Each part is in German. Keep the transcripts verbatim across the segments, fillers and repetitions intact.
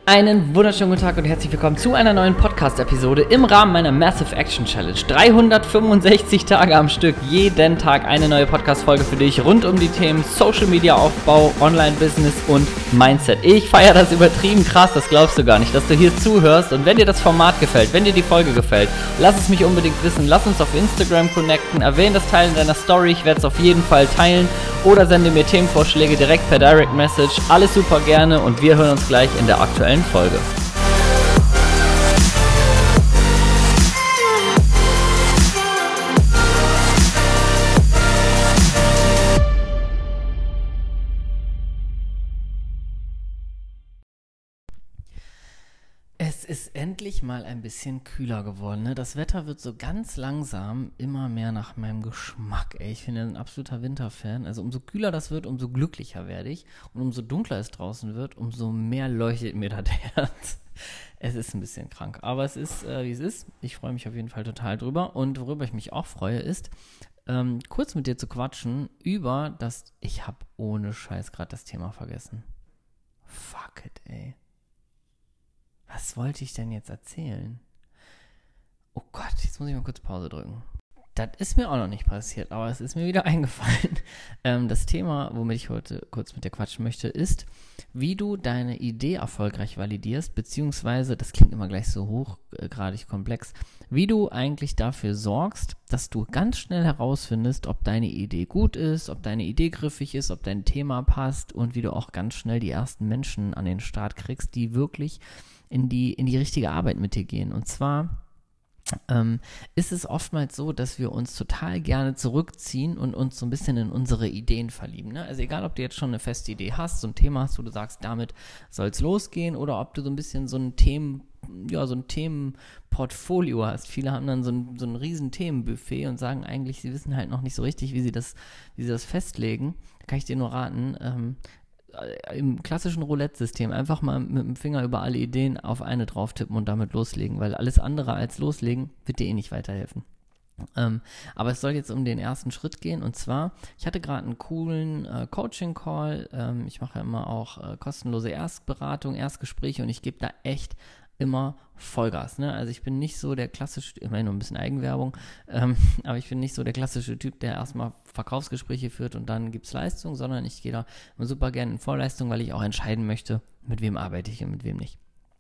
Einen wunderschönen guten Tag und herzlich willkommen zu einer neuen Podcast-Episode im Rahmen meiner Massive Action Challenge. dreihundertfünfundsechzig Tage am Stück, jeden Tag eine neue Podcast-Folge für dich rund um die Themen Social Media Aufbau, Online-Business und Mindset. Ich feiere das übertrieben krass, das glaubst du gar nicht, dass du hier zuhörst. Und wenn dir das Format gefällt, wenn dir die Folge gefällt, lass es mich unbedingt wissen. Lass uns auf Instagram connecten, erwähne das Teil in deiner Story, ich werde es auf jeden Fall teilen. Oder sende mir Themenvorschläge direkt per Direct Message. Alles super gerne und wir hören uns gleich in der aktuellen Folge. Es ist endlich mal ein bisschen kühler geworden, ne? Das Wetter wird so ganz langsam immer mehr nach meinem Geschmack, ey. Ich bin ja ein absoluter Winterfan. Also umso kühler das wird, umso glücklicher werde ich. Und umso dunkler es draußen wird, umso mehr leuchtet mir das Herz. Es ist ein bisschen krank, aber es ist, äh, wie es ist. Ich freue mich auf jeden Fall total drüber. Und worüber ich mich auch freue, ist, ähm, kurz mit dir zu quatschen über das, ich habe ohne Scheiß gerade das Thema vergessen. Fuck it, ey. Was wollte ich denn jetzt erzählen? Oh Gott, jetzt muss ich mal kurz Pause drücken. Das ist mir auch noch nicht passiert, aber es ist mir wieder eingefallen. Ähm, das Thema, womit ich heute kurz mit dir quatschen möchte, ist, wie du deine Idee erfolgreich validierst, beziehungsweise, das klingt immer gleich so hochgradig komplex, wie du eigentlich dafür sorgst, dass du ganz schnell herausfindest, ob deine Idee gut ist, ob deine Idee griffig ist, ob dein Thema passt und wie du auch ganz schnell die ersten Menschen an den Start kriegst, die wirklich in die, in die richtige Arbeit mit dir gehen. Und zwar ähm, ist es oftmals so, dass wir uns total gerne zurückziehen und uns so ein bisschen in unsere Ideen verlieben. Ne? Also egal, ob du jetzt schon eine feste Idee hast, so ein Thema hast, wo du sagst, damit soll es losgehen, oder ob du so ein bisschen so ein Themen, ja, so ein Themenportfolio hast. Viele haben dann so ein, so ein riesen Themenbuffet und sagen eigentlich, sie wissen halt noch nicht so richtig, wie sie das, wie sie das festlegen. Da kann ich dir nur raten, ähm, im klassischen Roulette-System einfach mal mit dem Finger über alle Ideen auf eine drauf tippen und damit loslegen, weil alles andere als loslegen wird dir eh nicht weiterhelfen. Ähm, aber es soll jetzt um den ersten Schritt gehen, und zwar, ich hatte gerade einen coolen äh, Coaching-Call, ähm, ich mache ja immer auch äh, kostenlose Erstberatung, Erstgespräche, und ich gebe da echt immer Vollgas, ne? Also ich bin nicht so der klassische, immerhin nur ein bisschen Eigenwerbung, ähm, aber ich bin nicht so der klassische Typ, der erstmal Verkaufsgespräche führt und dann gibt's Leistung, sondern ich gehe da super gerne in Vorleistung, weil ich auch entscheiden möchte, mit wem arbeite ich und mit wem nicht.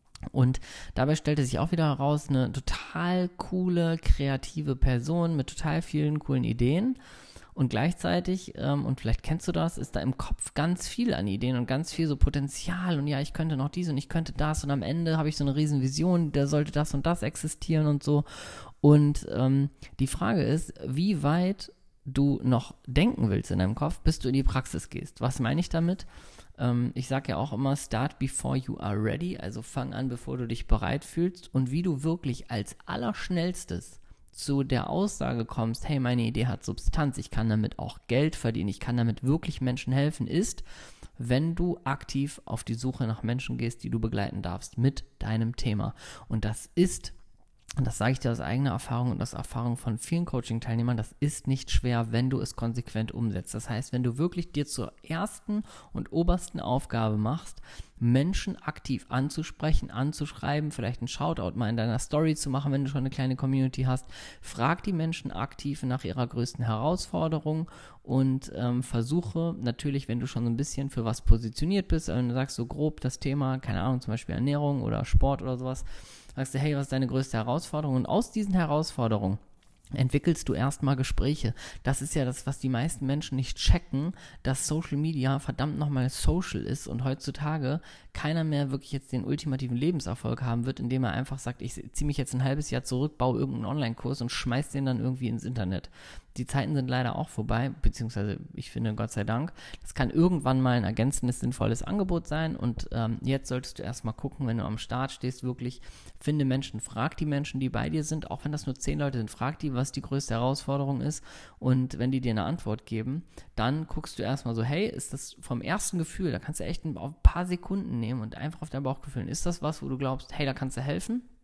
Und dabei stellte sich auch wieder heraus, eine total coole, kreative Person mit total vielen coolen Ideen. Und gleichzeitig, ähm, und vielleicht kennst du das, ist da im Kopf ganz viel an Ideen und ganz viel so Potenzial. Und ja, ich könnte noch dies und ich könnte das. Und am Ende habe ich so eine riesen Vision, da sollte das und das existieren und so. Und ähm, die Frage ist, wie weit du noch denken willst in deinem Kopf, bis du in die Praxis gehst. Was meine ich damit? Ähm, ich sage ja auch immer, start before you are ready. Also fang an, bevor du dich bereit fühlst. Und wie du wirklich als allerschnellstes zu der Aussage kommst, hey, meine Idee hat Substanz, ich kann damit auch Geld verdienen, ich kann damit wirklich Menschen helfen, ist, wenn du aktiv auf die Suche nach Menschen gehst, die du begleiten darfst mit deinem Thema. Und das ist, und das sage ich dir aus eigener Erfahrung und aus Erfahrung von vielen Coaching-Teilnehmern, das ist nicht schwer, wenn du es konsequent umsetzt. Das heißt, wenn du wirklich dir zur ersten und obersten Aufgabe machst, Menschen aktiv anzusprechen, anzuschreiben, vielleicht einen Shoutout mal in deiner Story zu machen, wenn du schon eine kleine Community hast. Frag die Menschen aktiv nach ihrer größten Herausforderung und ähm, versuche natürlich, wenn du schon so ein bisschen für was positioniert bist, wenn du sagst so grob das Thema, keine Ahnung, zum Beispiel Ernährung oder Sport oder sowas, sagst du, hey, was ist deine größte Herausforderung? Und aus diesen Herausforderungen entwickelst du erstmal Gespräche. Das ist ja das, was die meisten Menschen nicht checken, dass Social Media verdammt nochmal social ist und heutzutage keiner mehr wirklich jetzt den ultimativen Lebenserfolg haben wird, indem er einfach sagt, ich ziehe mich jetzt ein halbes Jahr zurück, baue irgendeinen Online-Kurs und schmeiß den dann irgendwie ins Internet. Die Zeiten sind leider auch vorbei, beziehungsweise ich finde, Gott sei Dank, das kann irgendwann mal ein ergänzendes, sinnvolles Angebot sein, und ähm, jetzt solltest du erstmal gucken, wenn du am Start stehst, wirklich finde Menschen, frag die Menschen, die bei dir sind, auch wenn das nur zehn Leute sind, frag die, was die größte Herausforderung ist, und wenn die dir eine Antwort geben, dann guckst du erstmal so, hey, ist das vom ersten Gefühl, da kannst du echt ein paar Sekunden nehmen und einfach auf dein Bauchgefühl, ist das was, wo du glaubst, hey, da kannst du helfen?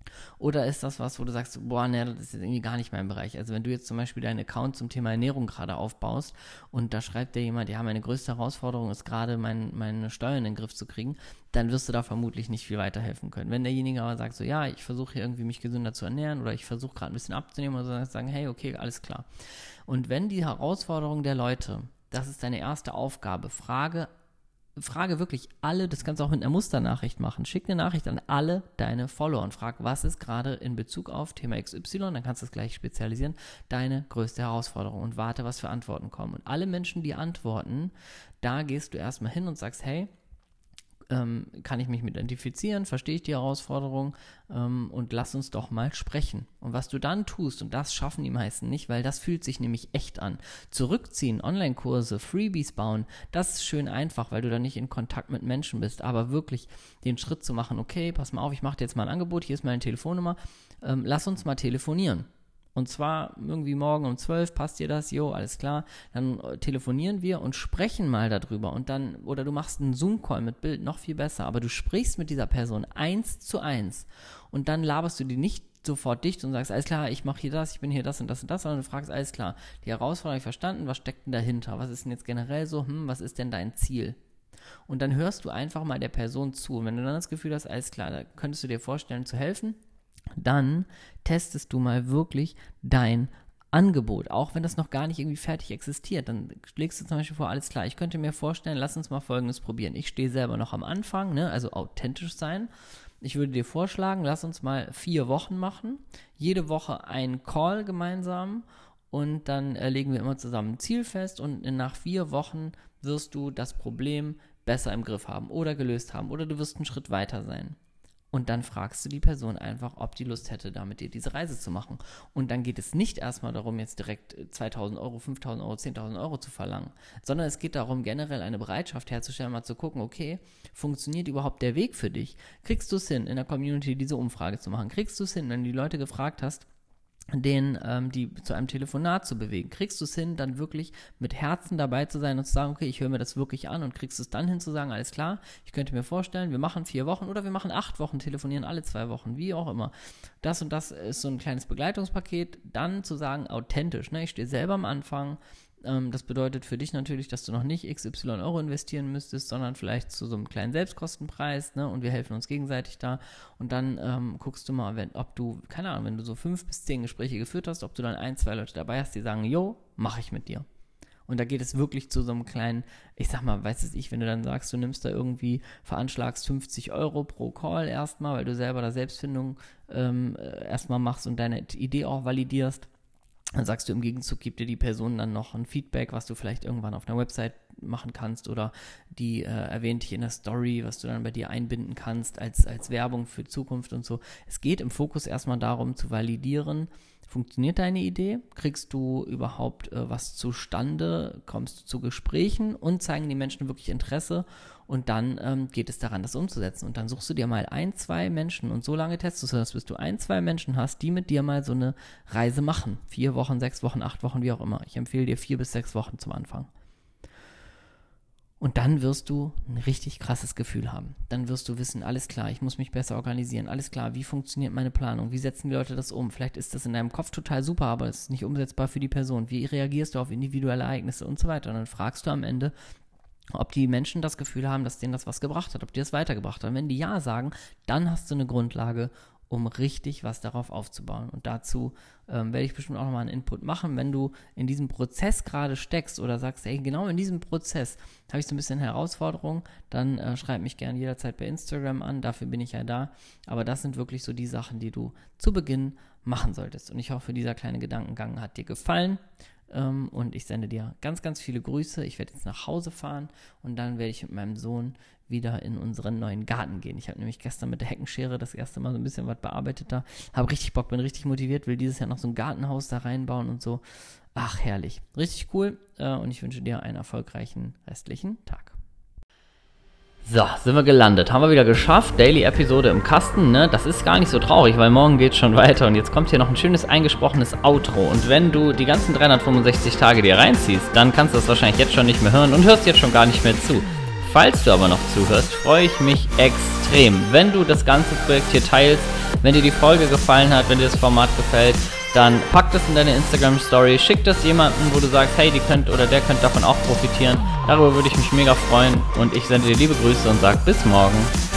Oder ist das was, wo du sagst, boah, ne, das ist irgendwie gar nicht mein Bereich. Also wenn du jetzt zum Beispiel deinen Account zum Thema Ernährung gerade aufbaust und da schreibt dir jemand, ja, meine größte Herausforderung ist gerade, mein, meine Steuern in den Griff zu kriegen, dann wirst du da vermutlich nicht viel weiterhelfen können. Wenn derjenige aber sagt so, ja, ich versuche hier irgendwie mich gesünder zu ernähren oder ich versuche gerade ein bisschen abzunehmen oder so, dann sagen, hey, okay, alles klar. Und wenn die Herausforderung der Leute, das ist deine erste Aufgabe, frage Frage wirklich alle, das kannst du auch mit einer Musternachricht machen. Schick eine Nachricht an alle deine Follower und frag, was ist gerade in Bezug auf Thema X Y, dann kannst du es gleich spezialisieren, deine größte Herausforderung und warte, was für Antworten kommen. Und alle Menschen, die antworten, da gehst du erstmal hin und sagst, hey, ähm, kann ich mich mit identifizieren, verstehe ich die Herausforderung ähm, und lass uns doch mal sprechen. Und was du dann tust, und das schaffen die meisten nicht, weil das fühlt sich nämlich echt an. Zurückziehen, Online-Kurse, Freebies bauen, das ist schön einfach, weil du dann nicht in Kontakt mit Menschen bist, aber wirklich den Schritt zu machen, okay, pass mal auf, ich mache dir jetzt mal ein Angebot, hier ist meine Telefonnummer, ähm, lass uns mal telefonieren. Und zwar irgendwie morgen um zwölf, passt dir das? Jo, alles klar. Dann telefonieren wir und sprechen mal darüber. Und dann, oder du machst einen Zoom-Call mit Bild, noch viel besser. Aber du sprichst mit dieser Person eins zu eins. Und dann laberst du die nicht sofort dicht und sagst, alles klar, ich mache hier das, ich bin hier das und das und das. Sondern du fragst, alles klar, die Herausforderung habe ich verstanden, was steckt denn dahinter? Was ist denn jetzt generell so? Hm, was ist denn dein Ziel? Und dann hörst du einfach mal der Person zu. Und wenn du dann das Gefühl hast, alles klar, da könntest du dir vorstellen zu helfen, dann testest du mal wirklich dein Angebot, auch wenn das noch gar nicht irgendwie fertig existiert. Dann legst du zum Beispiel vor, alles klar, ich könnte mir vorstellen, lass uns mal Folgendes probieren. Ich stehe selber noch am Anfang, ne, also authentisch sein. Ich würde dir vorschlagen, lass uns mal vier Wochen machen, jede Woche einen Call gemeinsam und dann äh, legen wir immer zusammen ein Ziel fest und nach vier Wochen wirst du das Problem besser im Griff haben oder gelöst haben oder du wirst einen Schritt weiter sein. Und dann fragst du die Person einfach, ob die Lust hätte, da mit dir diese Reise zu machen. Und dann geht es nicht erstmal darum, jetzt direkt zweitausend Euro, fünftausend Euro, zehntausend Euro zu verlangen, sondern es geht darum, generell eine Bereitschaft herzustellen, mal zu gucken, okay, funktioniert überhaupt der Weg für dich? Kriegst du es hin, in der Community diese Umfrage zu machen? Kriegst du es hin, wenn du die Leute gefragt hast, den, ähm, die zu einem Telefonat zu bewegen? Kriegst du es hin, dann wirklich mit Herzen dabei zu sein und zu sagen, okay, ich höre mir das wirklich an und kriegst du es dann hin zu sagen, alles klar, ich könnte mir vorstellen, wir machen vier Wochen oder wir machen acht Wochen, telefonieren alle zwei Wochen, wie auch immer. Das und das ist so ein kleines Begleitungspaket, dann zu sagen, authentisch, ne? Ich stehe selber am Anfang. Das bedeutet für dich natürlich, dass du noch nicht x y Euro investieren müsstest, sondern vielleicht zu so einem kleinen Selbstkostenpreis, ne? Und wir helfen uns gegenseitig da. Und dann ähm, guckst du mal, wenn, ob du, keine Ahnung, wenn du so fünf bis zehn Gespräche geführt hast, ob du dann ein, zwei Leute dabei hast, die sagen, yo, mache ich mit dir. Und da geht es wirklich zu so einem kleinen, ich sag mal, weißt du ich, wenn du dann sagst, du nimmst da irgendwie, veranschlagst fünfzig Euro pro Call erstmal, weil du selber da Selbstfindung ähm, erstmal machst und deine Idee auch validierst. Dann sagst du, im Gegenzug gibt dir die Person dann noch ein Feedback, was du vielleicht irgendwann auf einer Website machen kannst oder die äh, erwähnt dich in der Story, was du dann bei dir einbinden kannst als, als Werbung für Zukunft und so. Es geht im Fokus erstmal darum zu validieren, funktioniert deine Idee? Kriegst du überhaupt äh, was zustande? Kommst du zu Gesprächen und zeigen die Menschen wirklich Interesse? Und dann ähm, geht es daran, das umzusetzen. Und dann suchst du dir mal ein, zwei Menschen und so lange testest du das, bis du ein, zwei Menschen hast, die mit dir mal so eine Reise machen. Vier Wochen, sechs Wochen, acht Wochen, wie auch immer. Ich empfehle dir vier bis sechs Wochen zum Anfang. Und dann wirst du ein richtig krasses Gefühl haben. Dann wirst du wissen, alles klar, ich muss mich besser organisieren. Alles klar, wie funktioniert meine Planung? Wie setzen die Leute das um? Vielleicht ist das in deinem Kopf total super, aber es ist nicht umsetzbar für die Person. Wie reagierst du auf individuelle Ereignisse und so weiter? Und dann fragst du am Ende, ob die Menschen das Gefühl haben, dass denen das was gebracht hat, ob die das weitergebracht haben. Wenn die ja sagen, dann hast du eine Grundlage, um richtig was darauf aufzubauen. Und dazu ähm, werde ich bestimmt auch nochmal einen Input machen. Wenn du in diesem Prozess gerade steckst oder sagst, ey, genau in diesem Prozess habe ich so ein bisschen Herausforderung, dann äh, schreib mich gerne jederzeit bei Instagram an, dafür bin ich ja da. Aber das sind wirklich so die Sachen, die du zu Beginn machen solltest. Und ich hoffe, dieser kleine Gedankengang hat dir gefallen. Um, und ich sende dir ganz, ganz viele Grüße. Ich werde jetzt nach Hause fahren und dann werde ich mit meinem Sohn wieder in unseren neuen Garten gehen. Ich habe nämlich gestern mit der Heckenschere das erste Mal so ein bisschen was bearbeitet da. Habe richtig Bock, bin richtig motiviert, will dieses Jahr noch so ein Gartenhaus da reinbauen und so. Ach, herrlich. Richtig cool uh, und ich wünsche dir einen erfolgreichen restlichen Tag. So, sind wir gelandet. Haben wir wieder geschafft. Daily-Episode im Kasten, ne? Das ist gar nicht so traurig, weil morgen geht's schon weiter. Und jetzt kommt hier noch ein schönes eingesprochenes Outro. Und wenn du die ganzen dreihundertfünfundsechzig Tage dir reinziehst, dann kannst du das wahrscheinlich jetzt schon nicht mehr hören und hörst jetzt schon gar nicht mehr zu. Falls du aber noch zuhörst, freue ich mich extrem, wenn du das ganze Projekt hier teilst, Wenn dir die Folge gefallen hat, wenn dir das Format gefällt, dann pack das in deine Instagram-Story, schick das jemandem, wo du sagst, hey, die könnt oder der könnte davon auch profitieren. Darüber würde ich mich mega freuen und ich sende dir liebe Grüße und sag bis morgen.